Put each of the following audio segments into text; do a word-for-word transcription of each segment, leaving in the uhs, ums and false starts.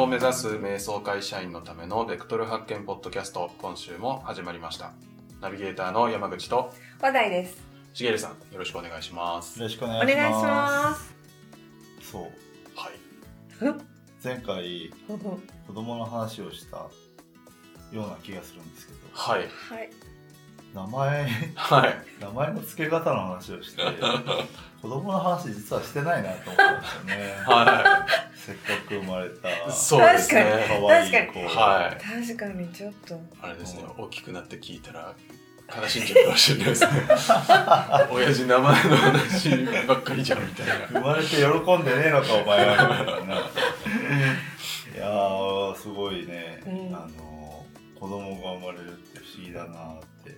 を目指す瞑想会社員のためのベクトル発見ポッドキャスト、今週も始まりました。ナビゲーターの山口と話題です。 しげるさん、よろしくお願いします。 よろしくお願いします。 お願いします。 そう、 はい、 前回子供の話をしたような気がするんですけど、 はい、 名前、 はい、 名前の付け方の話をして子供の話実はしてないなと思ったんですよね。 はい、 せっかく生まれたそうですね、 可愛い子、 はい、 確かにちょっとあれですね、大きくなって聞いたら悲しんじゃうかもしれないですね。親父名前の話ばっかりじゃんみたいな。 生まれて喜んでねえのかお前はみたいな。いやーすごいね、うん、あの子供が生まれるって不思議だなって。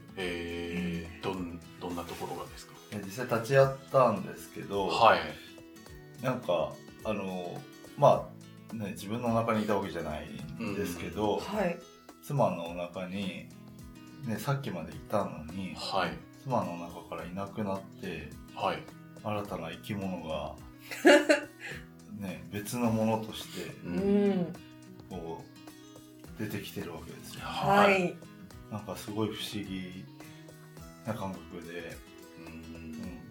えー、どんどんなところがですか？ 実際立ち会ったんですけど、 はい、 なんかあのまあね自分の中にいたわけじゃないんですけど、 うんはい、 妻のお腹にね、さっきまでいたのに、 はい、 妻の中からいなくなって、 はい、 新たな生き物が、ね、別のものとして、 うん、 こう出てきてるわけですよ、ね。 はい、 なんかすごい不思議な感覚で、うん、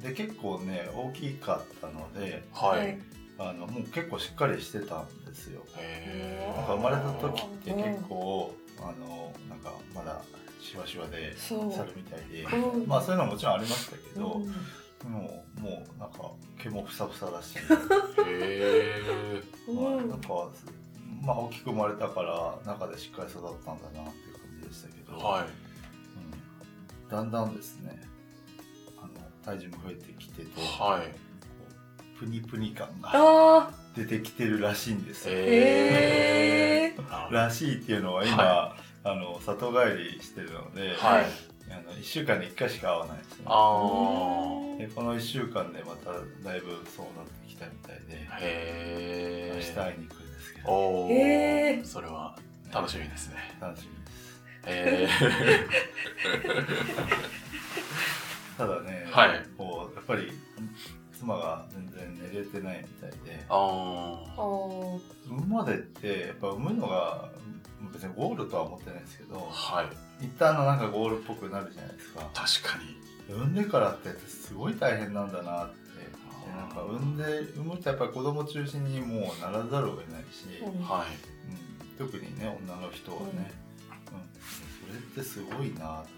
で結構ね大きかったので、 はい、 あのもう結構しっかりしてたんですよ。 へー、 なんか生まれた時って結構、うん、あのなんかまだシワシワで猿みたいで、うん、まあそういうのはもちろんありましたけど、うん、もうもうなんか毛もふさふさだし、 へー、まあ、なんかまあ大きく生まれたから中でしっかり育ったんだなっていう感じでしたけど、 はい、 うん、だんだんですねあの体重も増えてきてて、 はい、 プニプニ感が出てきてるらしいんですよ。 へーらしいっていうのは今、はい、あの里帰りしてるので、 はい、 あのいっしゅうかんにいっかいしか会わないですね。 あでこのいっしゅうかんでまただいぶそうなってきたみたいで、 へ明日会いに行くんですけど、 おへそれは楽しみですね。 楽しみです。 へただね、 はい、 こうやっぱり妻が全然寝れてないみたいで、 あ産むまでってやっぱ産むのが別にゴールとは思ってないですけど、 はい、 一旦のなんかゴールっぽくなるじゃないですか。 確かに産んでからってすごい大変なんだなって。でなんか産んで産むとやっぱり子供中心にもうならざるを得ないし、 うんはい、 うん、特にね女の人はね、うんうん、それってすごいなと思って、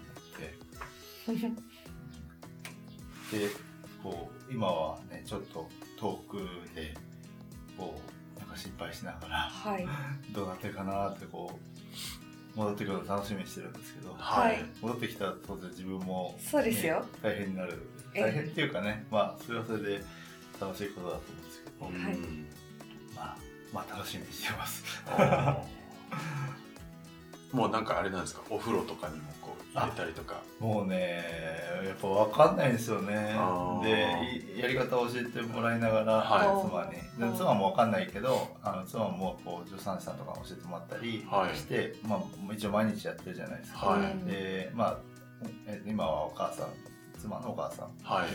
うん、でこう今はねちょっと遠くでこうなんか心配しながら、 はい、 どうなってるかなってこう戻ってくるの楽しみにしてるんですけど、 はい、 戻ってきたら当然自分も、ね、 そうですよ、 大変になる。大変っていうかね、まあそれはそれで楽しいことだと思うんですけど、 はい、 まあまあ楽しみにしてますもうなんかあれなんですか、お風呂とかにもこう入れたりとか。 もうねやっぱ分かんないんですよね。でやり方を教えてもらいながら、はい、妻にで妻も分かんないけどあの妻もこう助産師さんとか教えてもらったりして、はい、まあ一応毎日やってるじゃないですか、はい、でまあ今はお母さん妻のお母さんに、はい、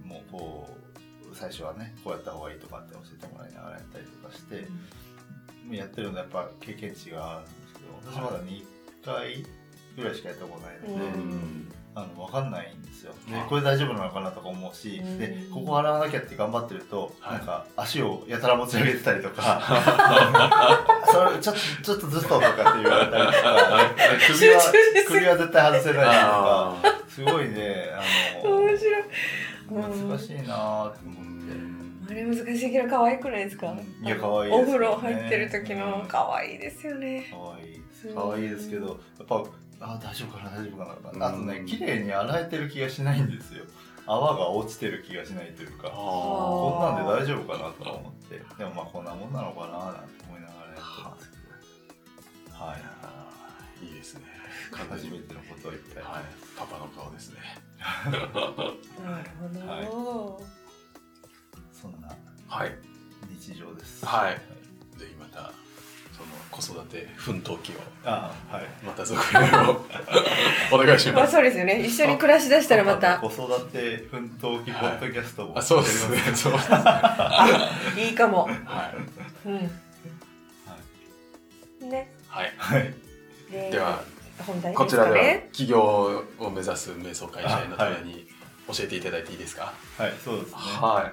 もうこう最初はねこうやった方がいいとかって教えてもらいながらやったりとかして、うん、やってるのやっぱ経験値があるんですけど、私まだにかいぐらいしかやったことないので、うん、あの分かんないんですよ。でこれ大丈夫なのかなとか思うし、うん、でここ洗わなきゃって頑張ってると、はい、なんか足をやたら持ち上げてたりとかそれちょっとちょっとずっととかって言われたりとか首は首は絶対外せないとかすごいねあの面白い難しいなと思って。 あれ難しいけど可愛くないですか？ いや可愛いですよね。 お風呂入ってる時の可愛いですよね。 可愛いです可愛いですけどやっぱあ大丈夫かな大丈夫かなあとね綺麗に洗えてる気がしないんですよ。泡が落ちてる気がしないというかこんなんで大丈夫かなとか思ってでもまあこんなもんなのかななんて思いながらやってますけどはい、 いいですね。 初めてのことを言って、 はい、パパの顔ですねなるほど、はい、 そんな日常です。 はい、はい、ぜひまたその子育て奮闘記をあ、はい、 また続編をお願いします。 まあそうですよね。一緒に暮らしだしたらまた子育て奮闘記ポッドキャストも、 はい、あそうですね。そうですね。 いいかも。 はい。 うん。はい。 はい、 はい、 では本題こちらでは起業を目指す瞑想会社員のために教えていただいていいですか？ はい、そうですね。 はい。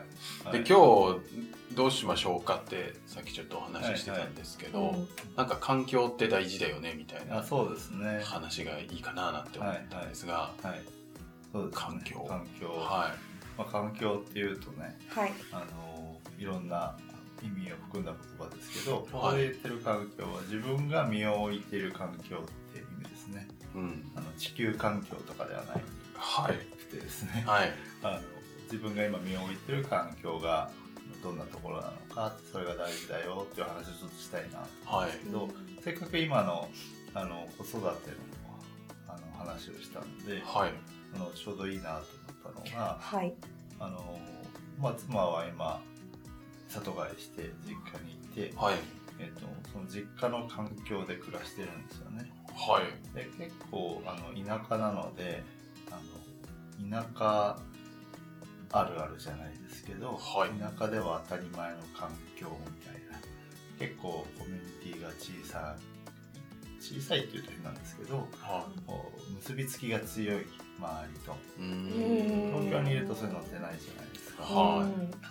で、今日どうしましょうかってさっきちょっとお話ししてたんですけど、はいはい、なんか環境って大事だよねみたいな話がいいかななんて思ったんですが、 はいはい、そうですね、 環境、 環境、 はい、 まあ、環境っていうとね、 はい、 あのいろんな意味を含んだ言葉ですけど、ここで言ってる環境は自分が身を置いている環境っていう意味ですね。うん、あの地球環境とかではない。 はい。 でですね。 はい。 あの自分が今身を置いている環境がどんなところなのか、それが大事だよっていう話をちょっとしたいなと思うんですけど、はい、せっかく今のあの子育てのあの話をしたので、はい、あのちょうどいいなと思ったのが、はい、あのまあ妻は今里帰りして実家にいて、はい、えっとその実家の環境で暮らしてるんですよね。はい。で結構あの田舎なので、あの田舎あるあるじゃないですけど、はい、田舎では当たり前の環境みたいな、結構コミュニティが小さい小さいっていうと変なんですけど、はい、結びつきが強い周りと、うーん東京にいるとそういうのってないじゃないですか、はい、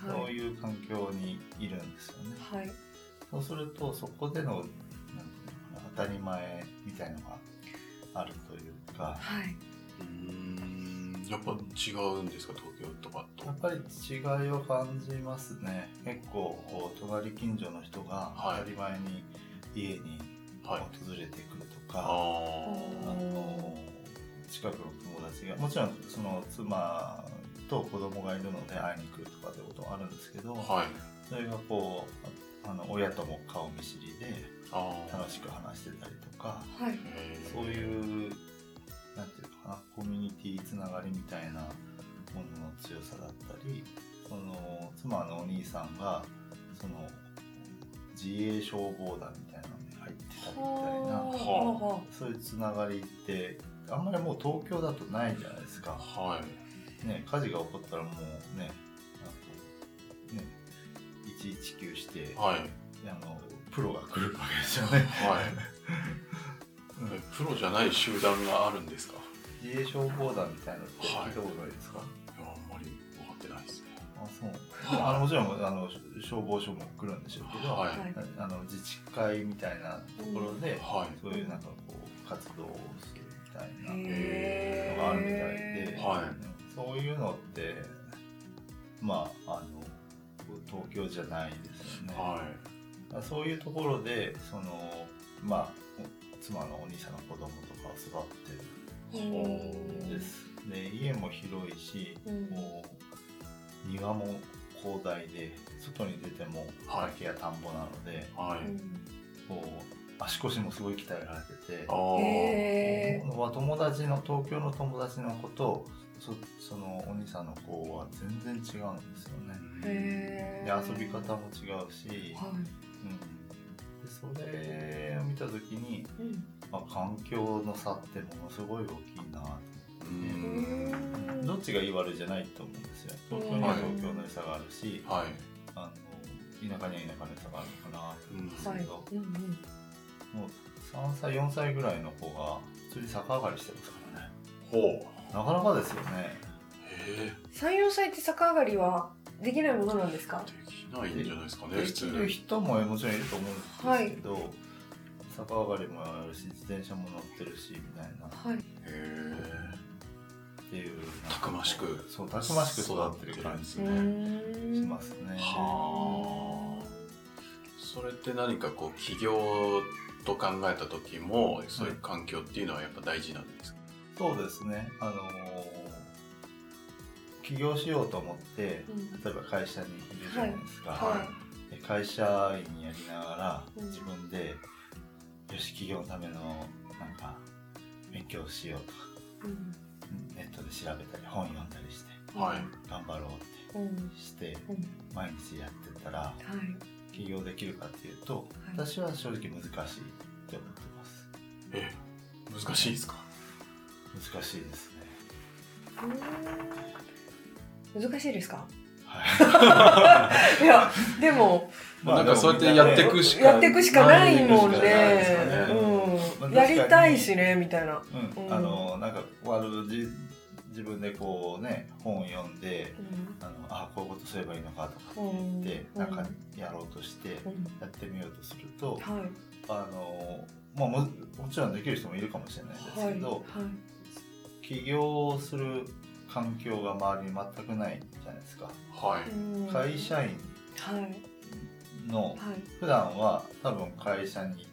そういう環境にいるんですよね、はい、そうするとそこでの、なんていうのかな、当たり前みたいのがあるというか、はい、 うーんやっぱ違うんですか、東京とかと。 やっぱり違いを感じますね。結構隣近所の人が当たり前に家に訪れてくるとか、はい、あの近くの友達が、もちろんその妻と子供がいるので会いに来るとかってことはあるんですけど、はい、それがこうあの親とも顔見知りで楽しく話してたりとか、はい、そういうなんていうかな、コミュニティつながりみたいなものの強さだったり、その妻のお兄さんがその自衛消防団みたいなのに入ってたりみたいな、そういうつながりってあんまりもう東京だとないじゃないですか、はい、ね、火事が起こったらもうね、あのねいちいちきゅうして、はい、あのプロが来るわけですよね、はいうん、プロじゃない集団があるんですか？ 自衛消防団みたいなのって聞いたことないですか？はい、 いや、あんまり分かってないですね。 あ、そう。あのもちろんあの消防署も来るんでしょうけど、はい、あの自治会みたいなところで、うん、はい、そういうなんかこう活動をするみたいなのがあるみたいで、はい、そういうのってまああの東京じゃないですよね。はい、そういうところでそのまあ妻のお兄さんの子供とかを育ってるです。で、家も広いし、うん、もう庭も広大で、外に出ても畑や田んぼなので、はい、こう足腰もすごい鍛えられてて、へー、友達の東京の友達の子と そ, そのお兄さんの子は全然違うんですよね。へー、で遊び方も違うし、はい、うん、でそれを見た時に、うん、まあ、環境の差ってものすごい大きいなと思って、どっちがいい悪いじゃないと思うんですよ。東京には東京の良さがあるし、はい、あの田舎には田舎の良さがあるのかなと思うんですけど、はい、うんうん、もうさんさいよんさいぐらいの子が普通に逆上がりしてますからね。ほう、なかなかですよね。 へー、さん、よんさいって逆上がりはできないものなんですか？ できないんじゃないですかね。 できる人ももちろんいると思うんですけど、はい、逆上がりもあるし自転車も乗ってるしみたいな、はい、へーっていう、 たくましく、 そうたくましく育ってる感じしますね。はあ。それって何かこう起業と考えた時もそういう環境っていうのはやっぱ大事なんですか？ はい、そうですね。あのー、起業しようと思って、うん、例えば会社にいるじゃないですか。はいはい、で会社員やりながら自分で、うん、よし起業のためのなんか勉強しようとか、うん、ネットで調べたり本読んだりして、はい、頑張ろうってして、うん、毎日やってたら、はい、起業できるかっていうと、はい、私は正直難しいって思ってます。 え、難しいですか？ 難しいですね。 難しいですか？ はい、いやでもまあなんかそうやってやっていくしかやっていくしかないもんね。うん、やりたいしねみたいな。 うん、あのなんか悪じ自分でこうね本を読んで、うん、あのあこういうことすればいいのかとかって言って、うん、なんかやろうとしてやってみようとすると、うん、あのまあももちろんできる人もいるかもしれないですけど、はいはい、起業する環境が周りに全くないじゃないですか。はい、会社員の、はい、普段は多分会社に行って、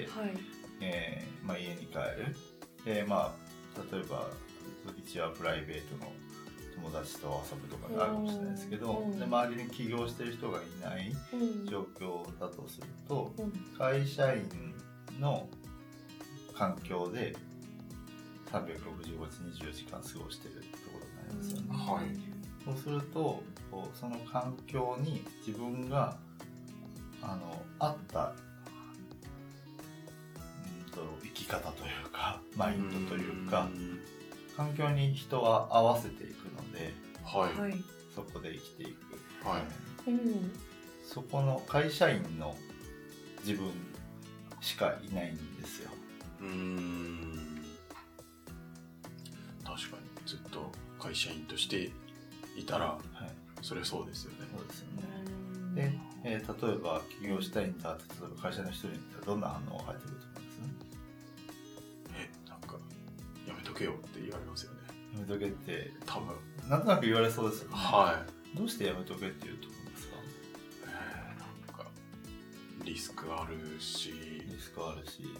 はい、えーまあ、家に帰る、えーまあ、例えばうちはプライベートの友達と遊ぶとかがあるかもしれないですけど、うん、で周りに起業してる人がいない状況だとすると、うん、会社員の環境でさんびゃくろくじゅうごにちにじゅうよじかん過ごしてるってことになりますよね。うんはい、そうするとその環境に自分があの合った、うん、と生き方というかマインドというか、うん環境に人は合わせていくので、はい、そこで生きていく、はいうん、そこの会社員の自分しかいないんですよ。うーん確かにずっと会社員としていたら、はい、それはそうですよね。 そうですよね。で、えー、例えば起業したいんだって例えば会社の人に言ったらどんな反応が返ってくると思います？ えなんかやめとけよって言われますよね。 やめとけって多分なんとなく言われそうですよね。 はい。 どうしてやめとけって言うと思いますか？ えー、なんかリスクあるしリスクあるしなんか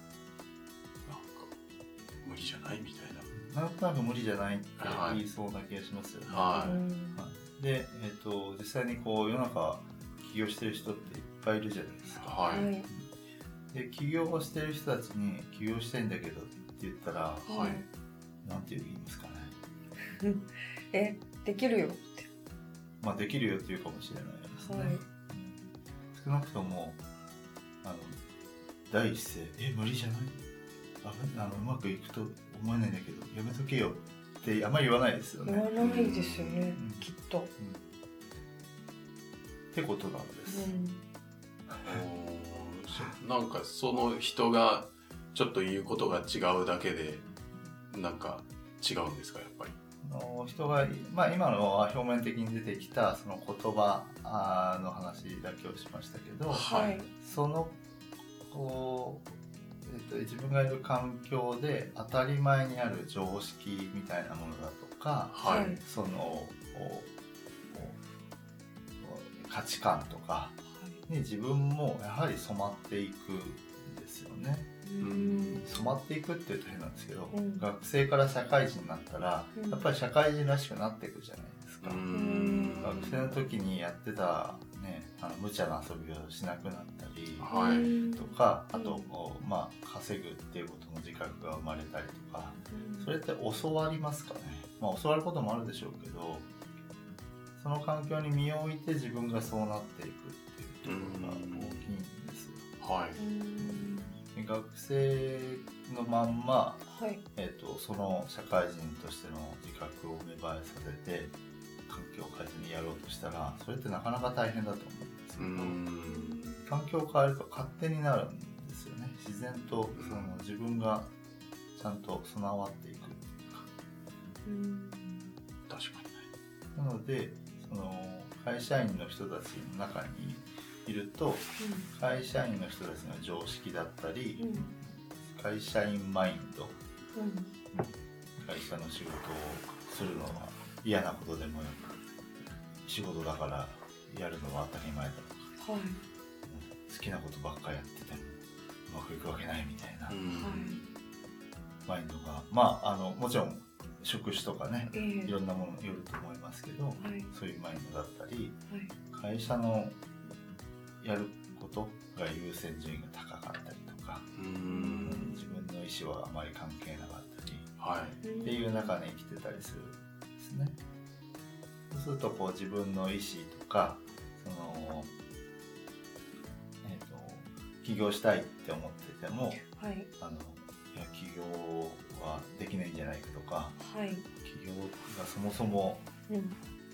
無理じゃないみたいななんとなく無理じゃないって言いそうな気がしますよね。はい。はい、で、えーと、実際にこう世の中起業してる人っていっぱいいるじゃないですか。はい。で起業をしてる人たちに起業したいんだけどって言ったら、はい、なんて言うんですかね。 え、できるよって。 まあできるよって言うかもしれないですね。はい、少なくともあの第一声え無理じゃない？ああのうまくいくと思えないんだけどやめとけよってあんまり言わないですよね。 言わないですよね、うん、きっと、うん。 ってことなんです。 うん、なんかその人がちょっと言うことが違うだけでなんか違うんですかやっぱり。 の人が、まあ、今のは表面的に出てきたその言葉の話だけをしましたけど、はい、そのこう、えっと、自分がいる環境で当たり前にある常識みたいなものだとか、はい、その価値観とかに自分もやはり染まっていくんですよね。うん、染まっていくっていうと変なんですけど、うん、学生から社会人になったら、うん、やっぱり社会人らしくなっていくじゃないですか。うん、学生の時にやってた、ね、あの無茶な遊びをしなくなったり、はい、とかあと、うんまあ、稼ぐっていうことの自覚が生まれたりとか、うん、それって教わりますかね。まあ、教わることもあるでしょうけどその環境に身を置いて自分がそうなっていくっていうところが大きいんですよ。はい学生のまんま、はいえー、とその社会人としての自覚を芽生えさせて環境を変えずにやろうとしたらそれってなかなか大変だと思うんですけど環境を変えると勝手になるんですよね。自然とその自分がちゃんと備わっていくっていうかうん確かになのでその会社員の人たちの中にいると、うん、会社員の人たちの常識だったり、うん、会社員マインド、うん、会社の仕事をするのは嫌なことでもよく仕事だからやるのは当たり前だとか、はい、好きなことばっかりやっててもうまくいくわけないみたいな、うん、マインドがまああのもちろん職種とかね、えー、いろんなものによると思いますけど、はい、そういうマインドだったり、はい、会社のやることが優先順位が高かったりとかうん自分の意思はあまり関係なかったり、はい、っていう中で生きてたりするんですね。そうするとこう自分の意思とかその、えーと、起業したいって思ってても、はい、あのいや起業はできないんじゃないかとか、はい、起業がそもそも、うん、起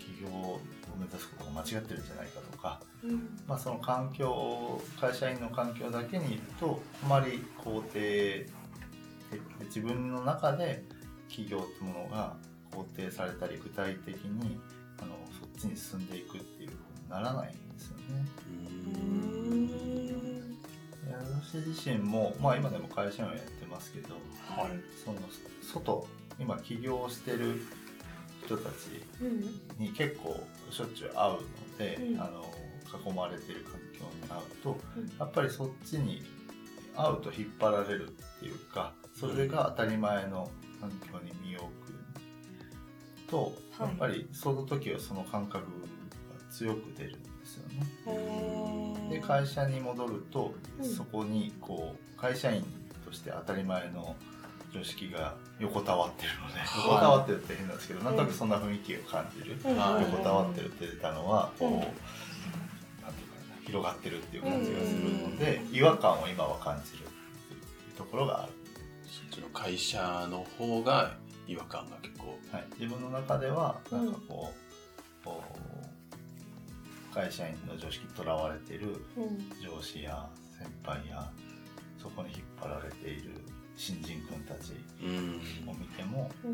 起業を目指すことが間違ってるんじゃないかとか、 うん、 まあ、その環境会社員の環境だけにいるとあまり肯定自分の中で企業ってものが肯定されたり具体的にあのそっちに進んでいくっていうふうにならないんですよね。うーん、私自身も、まあ、今でも会社員をやってますけど、はい、その外今起業してる人たちに結構しょっちゅう会うので、うん、あの囲まれてる環境に会うと、うん、やっぱりそっちに会うと引っ張られるっていうか、それが当たり前の環境に身を置くと、やっぱりその時はその感覚が強く出るんですよね。で会社に戻ると、うん、そこにこう会社員として当たり前の常識が横たわってるので、はい、横たわってるって変なんですけど、なんとなくそんな雰囲気を感じる、うん、横たわってるって出たのはこう、うん、なんていうかな、広がってるっていう感じがするので、違和感を今は感じるっていうところがある。 そっちの会社の方が違和感が結構、 はい、自分の中ではなんかこう、こう会社員の常識にとらわれている上司や先輩やそこに引っ張られている新人君たちを見ても、うん、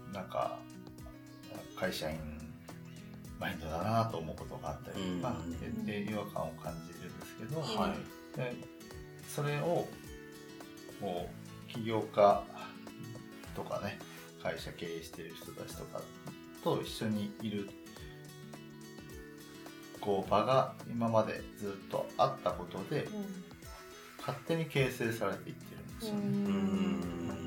なんか会社員マインドだなと思うことがあったりとか、うん、で違和感を感じるんですけど、はい、でそれをこう起業家とかね、会社経営している人たちとかと一緒にいるこう場が今までずっとあったことで、うん、勝手に形成されていってるんですよね。うーん、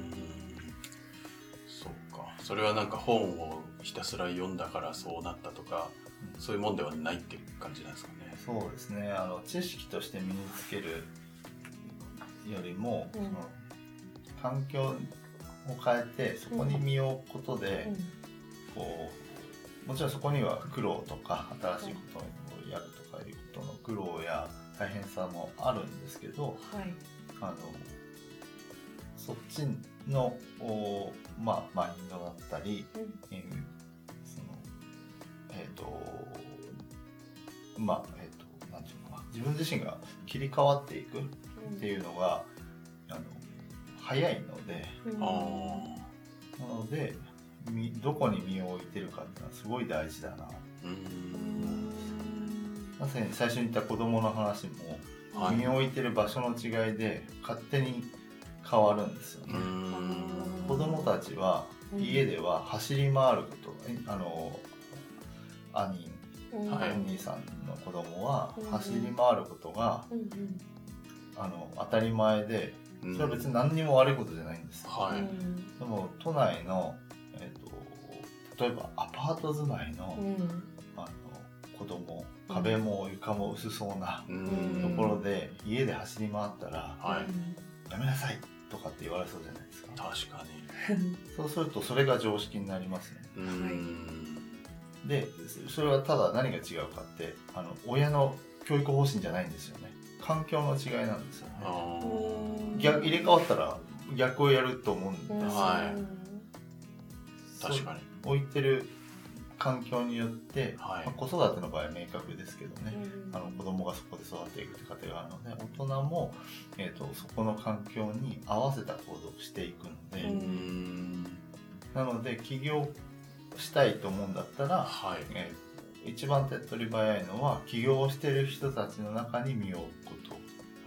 そっか。それはなんか本をひたすら読んだからそうなったとか、うん、そういうもんではないっていう感じなんですかね。 そうですね。あの知識として身につけるよりも、うん、その環境を変えてそこに身を置くことで、うん、こうもちろんそこには苦労とか新しいことをやるとかいうことの苦労や大変さもあるんですけど、はい、あのそっちのまあ、マインドだったり、うん、えー、そのえっ、ー、とまあえっ、ー、となんていうのかな、自分自身が切り替わっていくっていうのが、うん、あの早いので、うん、なのでどこに身を置いてるかっていうのはすごい大事だな。うん、まさに最初に言った子供の話も、はい、身を置いてる場所の違いで勝手に変わるんですよね。子供たちは家では走り回ること、あの兄、お兄さんの子供は走り回ることが、うんうん、あの当たり前で、それは別に何にも悪いことじゃないんです、はい、でも都内の、えーと、例えばアパート住まいの、うん、あの子供、壁も床も薄そうなところで、うん、家で走り回ったら、はい、やめなさいとかって言われそうじゃないですか。 確かに。 そうするとそれが常識になりますね。うん、でそれはただ何が違うかって、あの親の教育方針じゃないんですよね。環境の違いなんですよね。あ、逆入れ替わったら逆をやると思うんですよ、はい、確かに置いてる環境によって、はい、まあ、子育ての場合は明確ですけどね、うん、あの子供がそこで育っていくって過程があるので、大人も、えーと、そこの環境に合わせた行動をしていくので、うん、なので起業したいと思うんだったら、はい、えー、一番手っ取り早いのは起業してる人たちの中に身を置くこと。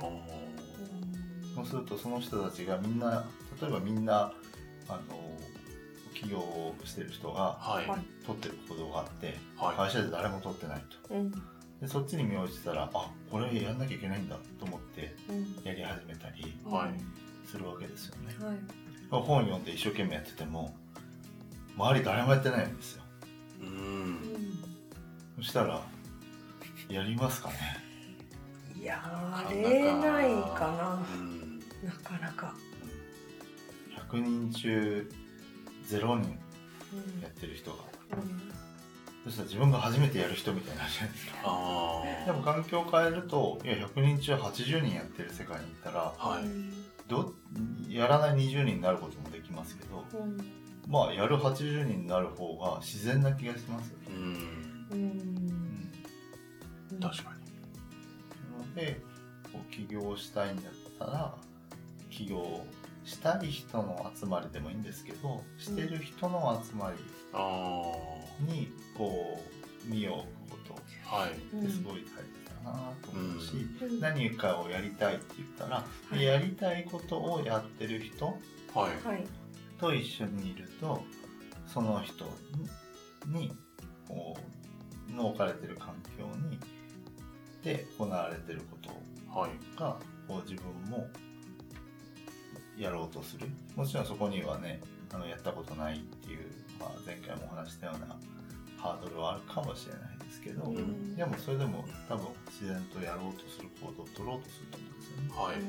そうするとその人たちがみんな、例えばみんなあの起業をしてる人が、はい、取ってる行動があって、はい、会社で誰も取ってないと、うん、でそっちに身を置いてたら、あ、これやんなきゃいけないんだと思ってやり始めたりするわけですよね、はい、本読んで一生懸命やってても周り誰もやってないんですよ。うん、そしたらやりますかね。 やれないかな、うん、なかなか。 ひゃくにん中ゼロにんやってる人が、うん、そしたら自分が初めてやる人みたいになるじゃないですか。あ、でも環境を変えると、いやひゃくにん中はちじゅうにんやってる世界に行ったら、はい、どやらないにじゅうにんになることもできますけど、うん、まあやるはちじゅうにんになる方が自然な気がします。うん、 うん、うん、確かに。 なのでこう起業したいんだったら起業したい人の集まりでもいいんですけど、してる人の集まりにこう身を置くことってすごい大事だなと思うし、うん、何かをやりたいって言ったら、はい、やりたいことをやってる人と一緒にいると、その人にこうの置かれてる環境にで行われてることがこう自分もやろうとする。もちろんそこにはね、あのやったことないっていう、まあ、前回もお話したようなハードルはあるかもしれないですけど、うん、でもそれでも多分自然とやろうとする行動を取ろうとすると思うんですよね。はい。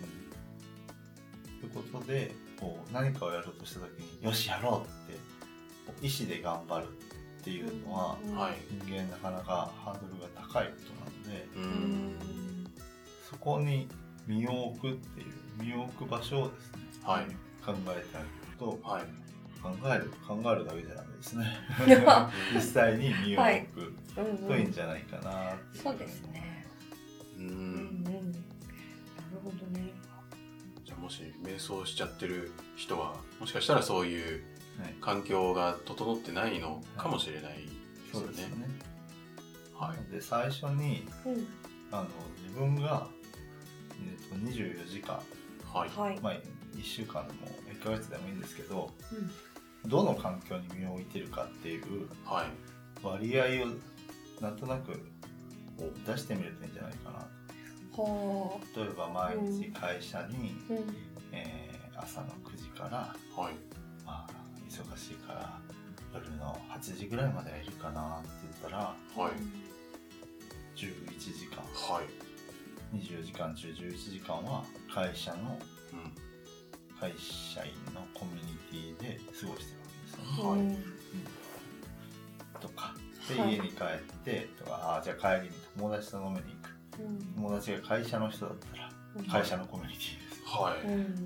うん、ということでこう何かをやろうとした時によしやろうって意思で頑張るっていうのは、うん、人間なかなかハードルが高いことなので、うん、そこに身を置くっていう身を置く場所をですね、はい、考えてあげると、はい、考える考えるだけじゃダメですね実際に身を置くといいんじゃないかなっていう、 そうですね。うんうん、なるほどね。 じゃあもし瞑想しちゃってる人はもしかしたらそういう環境が整ってないのかもしれないですよね。そうですね。 はい。で最初に、うん、あの自分がえっとにじゅうよじかん、はい、まあいっしゅうかんでもいっかげつでもいいんですけど、うん、どの環境に身を置いてるかっていう割合をなんとなく出してみるといいんじゃないかな。はあ、例えば毎日会社に、うんえー、朝のくじから、はいまあ、忙しいから夜のはちじぐらいまではいるかなって言ったら、はい、じゅういちじかん、はいにじゅうよじかん中じゅういちじかんは会社の、うん、会社員のコミュニティで過ごしてるわけですよね。はいうん、とかで、はい、家に帰ってとかあじゃあ帰りに友達と飲みに行く、うん、友達が会社の人だったら、うん、会社のコミュニティです、はい、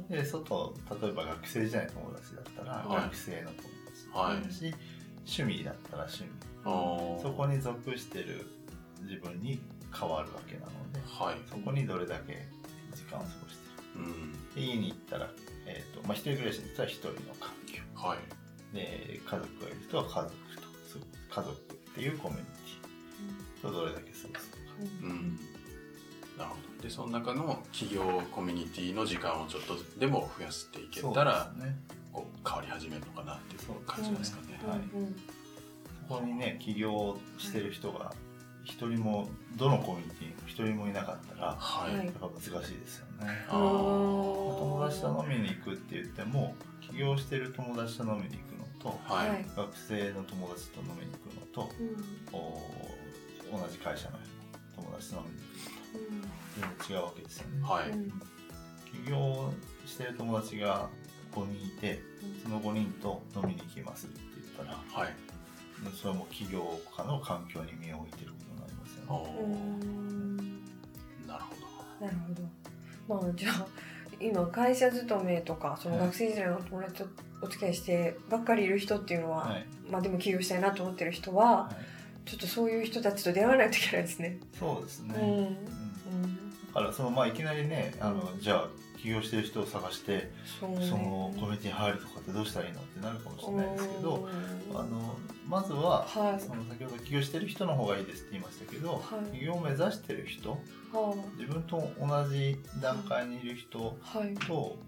で外例えば学生じゃない友達だったら、はい、学生の友達だし、はい、趣味だったら趣味、うん、そこに属してる自分に変わるわけなので、はい、そこにどれだけ時間を過ごしてる、うん、で家に行ったら、えーとまあ、一人暮らしに行ったら一人の環境、はい、で家族がいる人は家族と家族っていうコミュニティとどれだけ過ごすのか、うんうん、 なるほど。でその中の企業コミュニティの時間をちょっとでも増やしていけたら、ね、こう変わり始めるのかなっていう感じですかね。 はい、そこにね起業してる人が一人もどのコミュニティにも一人もいなかったら、はい、やっぱ難しいですよね。あ友達と飲みに行くって言っても起業してる友達と飲みに行くのと、はい、学生の友達と飲みに行くのと、うん、同じ会社の友達と飲みに行くのと、うん、全然違うわけですよね。はい、起業してる友達がごにんいてそのごにんと飲みに行きますって言ったら、はい、それも起業家の環境に身を置いてることになりますよね。 なるほど。なるほど。まあじゃあ今会社勤めとかその学生時代の友達とお付き合いしてばっかりいる人っていうのは、はい、まあでも起業したいなと思ってる人は、はい、ちょっとそういう人たちと出会わないといけないですね。 そうですね。うんうん、だからそのまあいきなりねあの、うん、じゃあ起業してる人を探してそ、ね、そのコミュニティに入るとかってどうしたらいいのってなるかもしれないですけど、あのまずは、はい、その先ほど起業してる人の方がいいですって言いましたけど、はい、起業を目指してる人、はい、自分と同じ段階にいる人と、はい、こ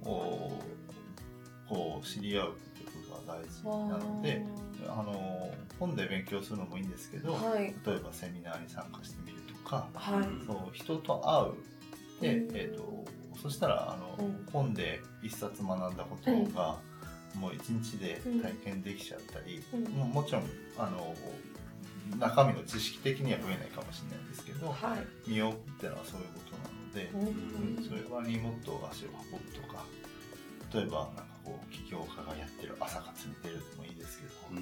う知り合うってことが大事なので、あの本で勉強するのもいいんですけど、はい、例えばセミナーに参加してみるとか、はい、そう人と会うで、えーとそしたらあの、うん、本で一冊学んだことが、うん、もう一日で体験できちゃったり、うん、も, もちろんあの中身の知識的には増えないかもしれないんですけど、はい、身を置くっていうのはそういうことなので、うんうん、そういう場にもっと足を運ぶとか、例えばなんかこう起業家がやってる朝活に出るでもいいですけど、うん、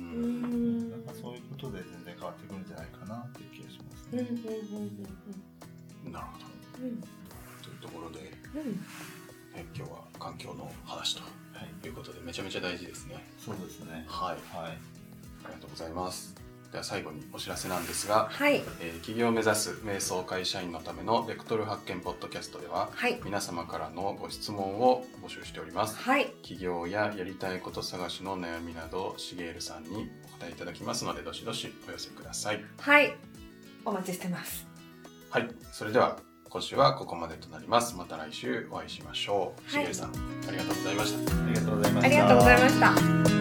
なんかそういうことで全然変わってくるんじゃないかなっていう気がしますね。 うんうんうんうん、なるほど、うん、というところで、うんえ今日は環境の話ということで、はい、めちゃめちゃ大事ですね。 そうですね。 はい、はい、ありがとうございます。 では最後にお知らせなんですが、 はい、 えー、起業を目指す瞑想会社員のためのベクトル発見ポッドキャストでは、はい、皆様からのご質問を募集しております。はい、起業ややりたいこと探しの悩みなどしげるさんにお答えいただきますので、どしどしお寄せください。 はい、お待ちしてます。 はい、それでは今週はここまでとなります。また来週お会いしましょう。しげるさん、ありがとうございました。 ありがとうございました。 ありがとうございました。